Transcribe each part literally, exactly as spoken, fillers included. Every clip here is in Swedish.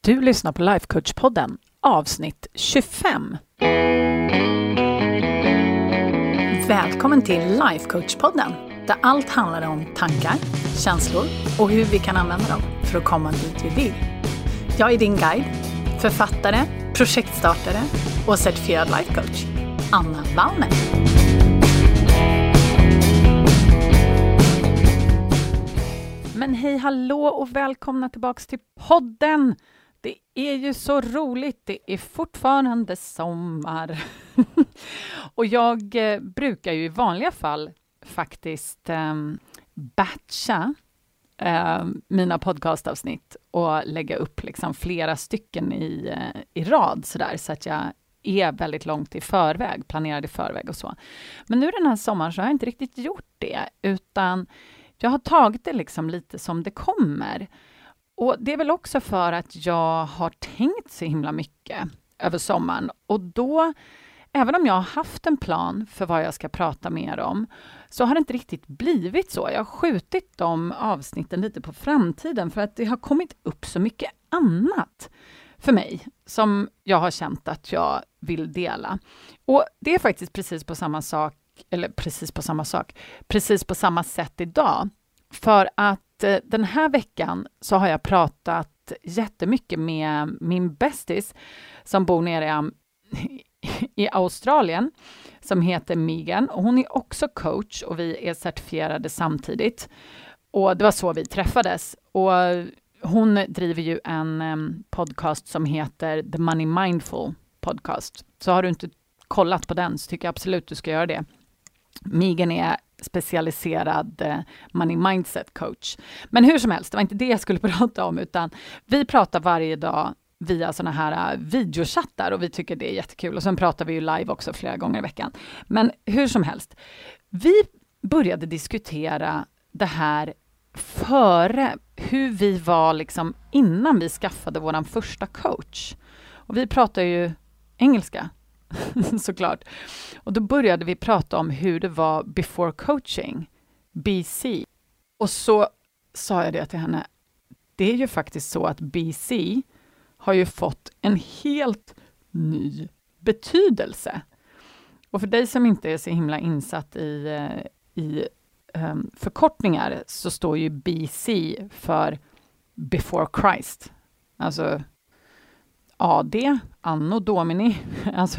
Du lyssnar på Lifecoach-podden, avsnitt tjugofem. Välkommen till Lifecoach-podden, där allt handlar om tankar, känslor och hur vi kan använda dem för att komma dit vi vill. Jag är din guide, författare, projektstartare och certifierad lifecoach, Anna Wallner. Men hej, hallå och välkomna tillbaka till podden. Det är ju så roligt, det är fortfarande sommar. Och jag eh, brukar ju i vanliga fall faktiskt eh, batcha eh, mina podcastavsnitt och lägga upp liksom flera stycken i, eh, i rad sådär, så att jag är väldigt långt i förväg, planerad i förväg och så. Men nu den här sommaren så har jag inte riktigt gjort det, utan jag har tagit det liksom lite som det kommer. Och det är väl också för att jag har tänkt så himla mycket över sommaren. Och då, även om jag har haft en plan för vad jag ska prata mer om, så har det inte riktigt blivit så. Jag har skjutit de avsnitten lite på framtiden för att det har kommit upp så mycket annat för mig som jag har känt att jag vill dela. Och det är faktiskt precis på samma sak, eller precis på samma sak, precis på samma sätt idag. För att eh, den här veckan så har jag pratat jättemycket med min bästis som bor nere i, i Australien, som heter Megan. Och hon är också coach och vi är certifierade samtidigt. Och det var så vi träffades. Och hon driver ju en um, podcast som heter The Money Mindful Podcast. Så har du inte kollat på den så tycker jag absolut du ska göra det. Megan är specialiserad eh, money mindset coach. Men hur som helst, det var inte det jag skulle prata om, utan vi pratar varje dag via såna här uh, videochattar och vi tycker det är jättekul. Och sen pratar vi ju live också flera gånger i veckan. Men hur som helst, vi började diskutera det här före, hur vi var liksom innan vi skaffade våran första coach. Och vi pratar ju engelska. Såklart. Och då började vi prata om hur det var before coaching, B C. Och så sa jag det till henne. Det är ju faktiskt så att B C har ju fått en helt ny betydelse. Och för dig som inte är så himla insatt i, i um, förkortningar så står ju B C för before Christ. Alltså A D, Anno Domini, alltså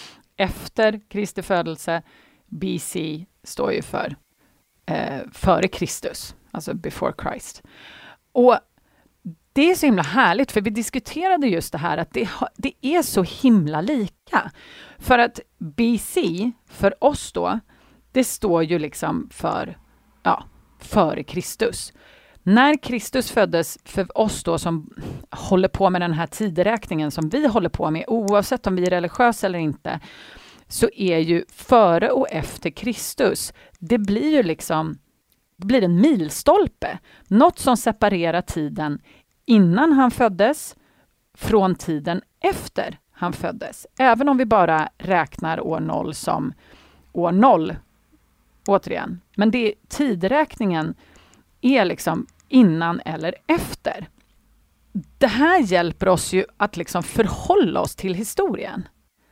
efter Kristi födelse. B C står ju för eh, före Kristus, alltså before Christ. Och det är så himla härligt, för vi diskuterade just det här att det, det är så himla lika. För att B C för oss då, det står ju liksom för, ja, före Kristus. När Kristus föddes, för oss då som håller på med den här tideräkningen som vi håller på med, oavsett om vi är religiösa eller inte, så är ju före och efter Kristus, det blir ju liksom, det blir en milstolpe. Något som separerar tiden innan han föddes från tiden efter han föddes. Även om vi bara räknar år noll som år noll, återigen. Men det, tideräkningen är liksom innan eller efter. Det här hjälper oss ju att liksom förhålla oss till historien.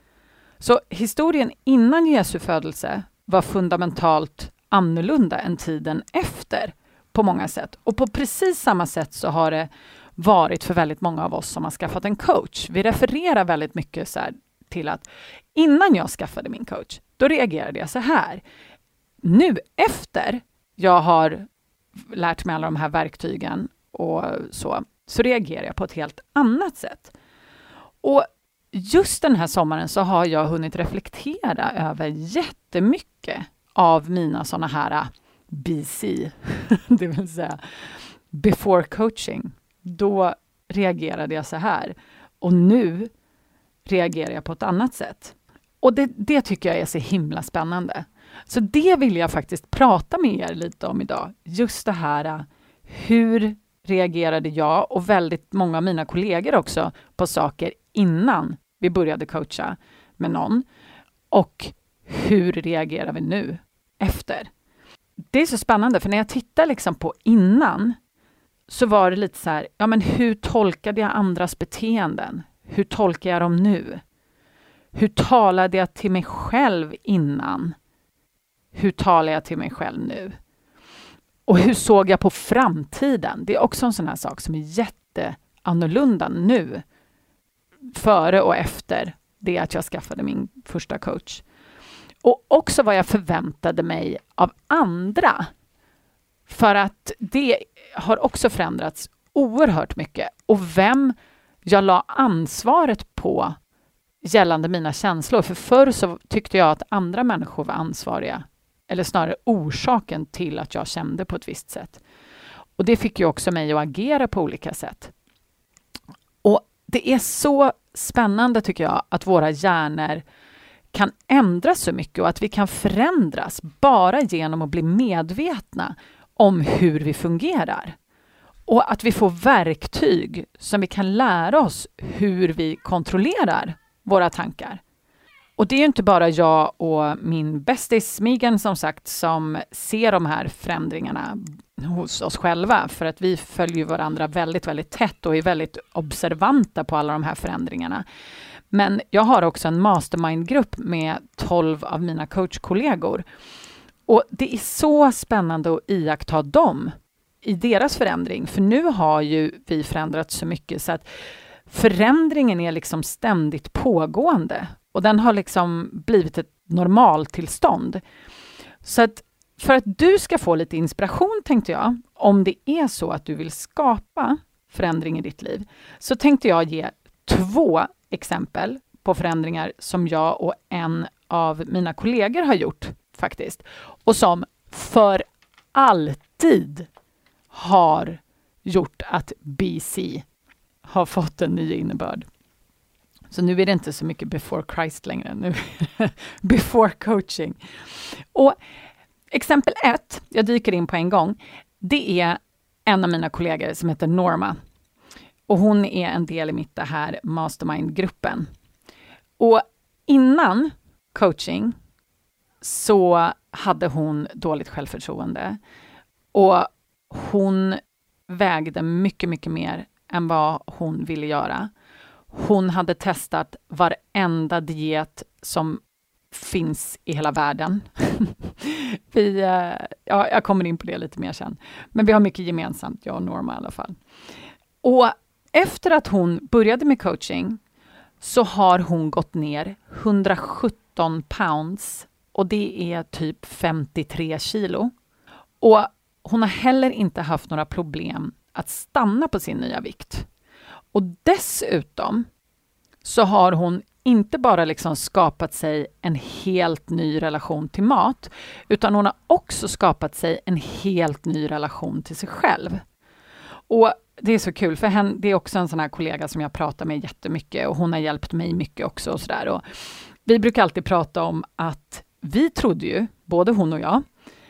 Så historien innan Jesu födelse var fundamentalt annorlunda än tiden efter på många sätt. Och på precis samma sätt så har det varit för väldigt många av oss som har skaffat en coach. Vi refererar väldigt mycket så här till att innan jag skaffade min coach, då reagerade jag så här. Nu efter jag har lärt mig alla de här verktygen och så, så reagerar jag på ett helt annat sätt. Och just den här sommaren så har jag hunnit reflektera över jättemycket av mina såna här B C, det vill säga before coaching. Då reagerade jag så här. Och nu reagerar jag på ett annat sätt. Och det, det tycker jag är så himla spännande. Så det vill jag faktiskt prata med er lite om idag. Just det här, hur reagerade jag och väldigt många av mina kollegor också på saker innan vi började coacha med någon. Och hur reagerar vi nu efter? Det är så spännande, för när jag tittar liksom på innan, så var det lite så här, ja men hur tolkade jag andras beteenden? Hur tolkar jag dem nu? Hur talade jag till mig själv innan? Hur talar jag till mig själv nu? Och hur såg jag på framtiden? Det är också en sån här sak som är jätteannorlunda nu. Före och efter det att jag skaffade min första coach. Och också vad jag förväntade mig av andra. För att det har också förändrats oerhört mycket. Och vem jag la ansvaret på gällande mina känslor. För förr så tyckte jag att andra människor var ansvariga. Eller snarare orsaken till att jag kände på ett visst sätt. Och det fick ju också mig att agera på olika sätt. Och det är så spännande tycker jag att våra hjärnor kan ändras så mycket och att vi kan förändras bara genom att bli medvetna om hur vi fungerar. Och att vi får verktyg som vi kan lära oss hur vi kontrollerar våra tankar. Och det är ju inte bara jag och min bästis Megan som sagt som ser de här förändringarna hos oss själva. För att vi följer varandra väldigt, väldigt tätt och är väldigt observanta på alla de här förändringarna. Men jag har också en mastermind-grupp med tolv av mina coachkollegor. Och det är så spännande att iaktta dem i deras förändring. För nu har ju vi förändrats så mycket så att förändringen är liksom ständigt pågående. Och den har liksom blivit ett normaltillstånd. Så att för att du ska få lite inspiration tänkte jag, om det är så att du vill skapa förändring i ditt liv, så tänkte jag ge två exempel på förändringar som jag och en av mina kollegor har gjort faktiskt. Och som för alltid har gjort att B C har fått en ny innebörd. Så nu är det inte så mycket before Christ längre. Nu before coaching. Och exempel ett, jag dyker in på en gång. Det är en av mina kollegor som heter Norma. Och hon är en del i mitt det här mastermind-gruppen. Och innan coaching så hade hon dåligt självförtroende. Och hon vägde mycket, mycket mer än vad hon ville göra. Hon hade testat varenda diet som finns i hela världen. vi, ja, jag kommer in på det lite mer sen. Men vi har mycket gemensamt, jag och Norma i alla fall. Och efter att hon började med coaching så har hon gått ner hundrasjutton pounds. Och det är typ femtiotre kilo. Och hon har heller inte haft några problem att stanna på sin nya vikt. Och dessutom så har hon inte bara liksom skapat sig en helt ny relation till mat, utan hon har också skapat sig en helt ny relation till sig själv. Och det är så kul, för henne, det är också en sån här kollega som jag pratar med jättemycket och hon har hjälpt mig mycket också. Och så där. Och vi brukar alltid prata om att vi trodde ju, både hon och jag,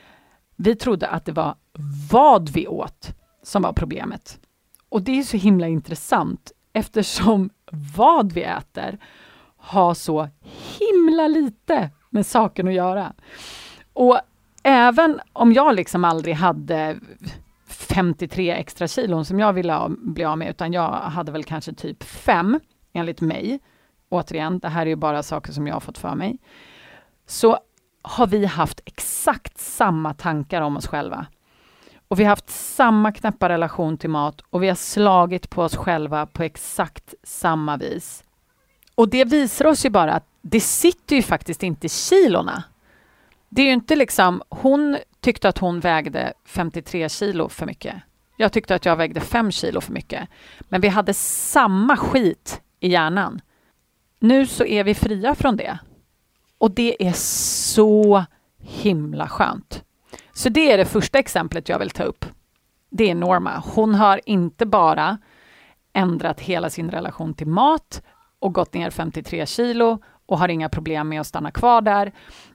vi trodde att det var vad vi åt som var problemet. Och det är så himla intressant eftersom vad vi äter har så himla lite med saken att göra. Och även om jag liksom aldrig hade femtiotre extra kilon som jag ville bli av med, utan jag hade väl kanske typ fem enligt mig. Återigen, det här är ju bara saker som jag har fått för mig. Så har vi haft exakt samma tankar om oss själva. Och vi har haft samma knäppa relation till mat och vi har slagit på oss själva på exakt samma vis. Och det visar oss ju bara att det sitter ju faktiskt inte i kilorna. Det är ju inte liksom, hon tyckte att hon vägde femtiotre kilo för mycket. Jag tyckte att jag vägde fem kilo för mycket. Men vi hade samma skit i hjärnan. Nu så är vi fria från det. Och det är så himla skönt. Så det är det första exemplet jag vill ta upp. Det är Norma. Hon har inte bara ändrat hela sin relation till mat och gått ner femtiotre kilo och har inga problem med att stanna kvar där.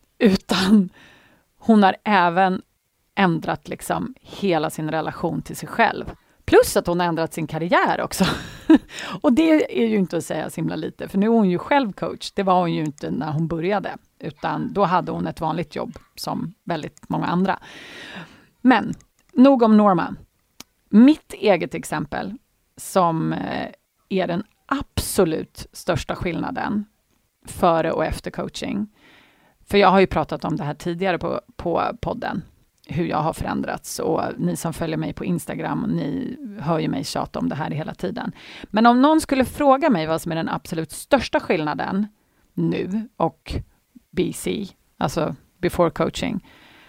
Utan hon har även ändrat liksom hela sin relation till sig själv. Plus att hon har ändrat sin karriär också. Och det är ju inte att säga så himla lite. För nu är hon ju själv coach. Det var hon ju inte när hon började. Utan då hade hon ett vanligt jobb som väldigt många andra. Men nog om Norma. mitt eget exempel som är den absolut största skillnaden före och efter coaching. För jag har ju pratat om det här tidigare på, på podden. Hur jag har förändrats. Och ni som följer mig på Instagram, ni hör ju mig tjata om det här hela tiden. Men om någon skulle fråga mig vad som är den absolut största skillnaden nu och B C, alltså before coaching,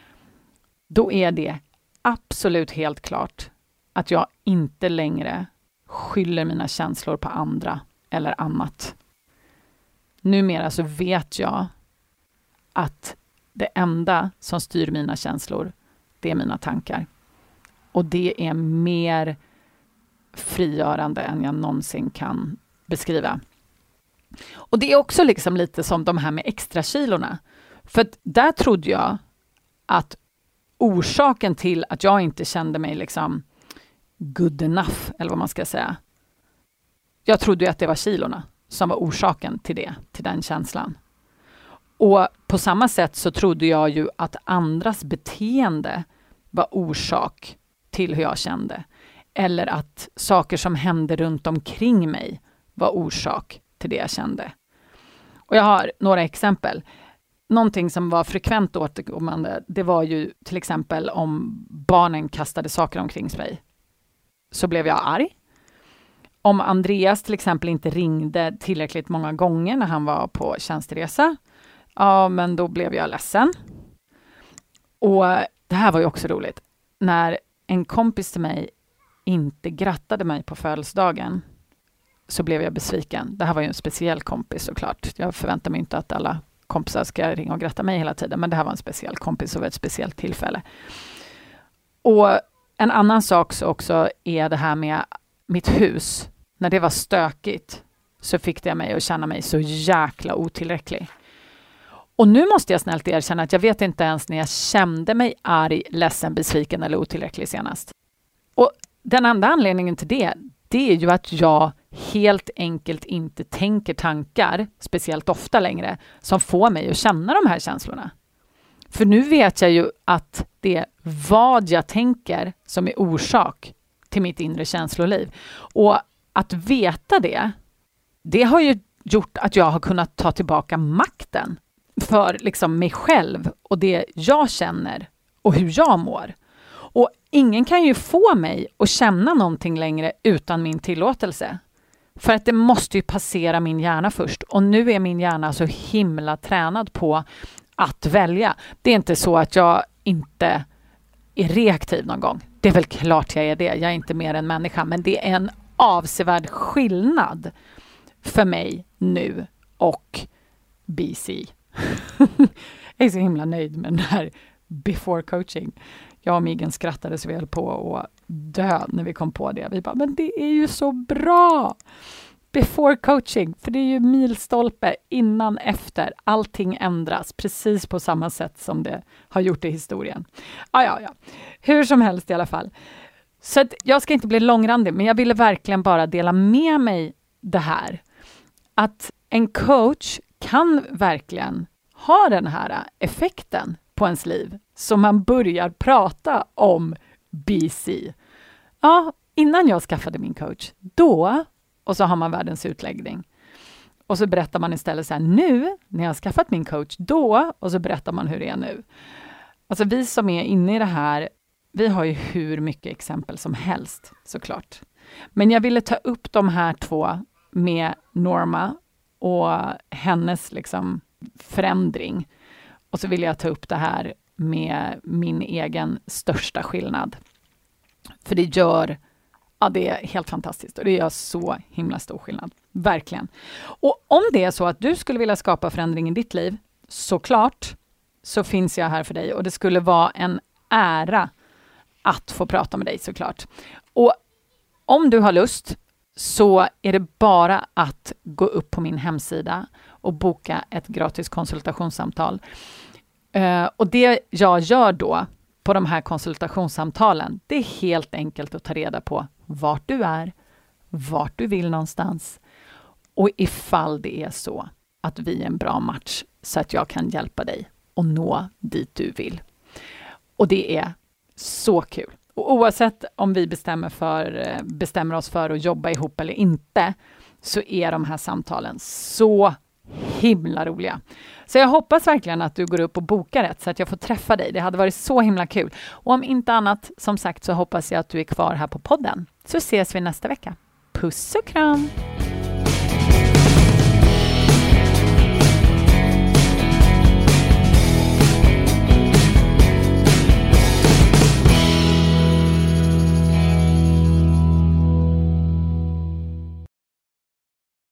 då är det absolut helt klart att jag inte längre skyller mina känslor på andra eller annat. Numera så vet jag att det enda som styr mina känslor, det är mina tankar. Och det är mer frigörande än jag någonsin kan beskriva. Och det är också liksom lite som de här med extra kilorna. För att där trodde jag att orsaken till att jag inte kände mig liksom good enough, eller vad man ska säga. Jag trodde ju att det var kilorna som var orsaken till det, till den känslan. Och på samma sätt så trodde jag ju att andras beteende var orsak till hur jag kände. Eller att saker som hände runt omkring mig var orsak till det jag kände. Och jag har några exempel. Någonting som var frekvent återkommande, det var ju till exempel om barnen kastade saker omkring sig. Så blev jag arg. Om Andreas till exempel inte ringde tillräckligt många gånger när han var på tjänsteresa, ja, men då blev jag ledsen. Och det här var ju också roligt. När en kompis till mig inte grattade mig på födelsedagen så blev jag besviken. Det här var ju en speciell kompis såklart. Jag förväntar mig inte att alla kompisar ska ringa och gratta mig hela tiden, men det här var en speciell kompis och ett speciellt tillfälle. Och en annan sak så också är det här med mitt hus. När det var stökigt så fick det mig att känna mig så jäkla otillräcklig. Och nu måste jag snällt erkänna att jag vet inte ens när jag kände mig arg, ledsen, besviken eller otillräcklig senast. Och den enda anledningen till det, det är ju att jag helt enkelt inte tänker tankar, speciellt ofta längre, som får mig att känna de här känslorna. För nu vet jag ju att det är vad jag tänker som är orsak till mitt inre känsloliv. Och att veta det, det har ju gjort att jag har kunnat ta tillbaka makten för liksom mig själv och det jag känner och hur jag mår. Och ingen kan ju få mig att känna någonting längre utan min tillåtelse. För att det måste ju passera min hjärna först. Och nu är min hjärna så himla tränad på att välja. Det är inte så att jag inte är reaktiv någon gång. Det är väl klart jag är det. Jag är inte mer än människa. Men det är en avsevärd skillnad för mig nu och B C. Jag är så himla nöjd med den här before coaching. Jag och Miggen skrattade så vi höll på att dö när vi kom på det. Vi bara, men det är ju så bra! Before coaching, för det är ju milstolpe innan, efter. Allting ändras precis på samma sätt som det har gjort i historien. Ah, ja, ja. Hur som helst i alla fall. Så att jag ska inte bli långrandig, men jag ville verkligen bara dela med mig det här. Att en coach kan verkligen ha den här effekten på ens liv. Så man börjar prata om B C. Ja, innan jag skaffade min coach, då, och så har man världens utläggning. Och så berättar man istället så här, nu, när jag har skaffat min coach, då, och så berättar man hur det är nu. Alltså vi som är inne i det här, vi har ju hur mycket exempel som helst, såklart. Men jag ville ta upp de här två med Norma och hennes liksom förändring. Och så vill jag ta upp det här med min egen största skillnad. För det gör, ja det är helt fantastiskt och det gör så himla stor skillnad. Verkligen. Och om det är så att du skulle vilja skapa förändring i ditt liv, såklart så finns jag här för dig och det skulle vara en ära att få prata med dig såklart. Och om du har lust så är det bara att gå upp på min hemsida och boka ett gratis konsultationssamtal. Uh, och det jag gör då på de här konsultationssamtalen, det är helt enkelt att ta reda på vart du är, vart du vill någonstans och ifall det är så att vi är en bra match så att jag kan hjälpa dig att nå dit du vill. Och det är så kul. Och oavsett om vi bestämmer, för, bestämmer oss för att jobba ihop eller inte, så är de här samtalen så himla roliga. Så jag hoppas verkligen att du går upp och bokar rätt så att jag får träffa dig. Det hade varit så himla kul. Och om inte annat, som sagt, så hoppas jag att du är kvar här på podden. Så ses vi nästa vecka. Puss och kram!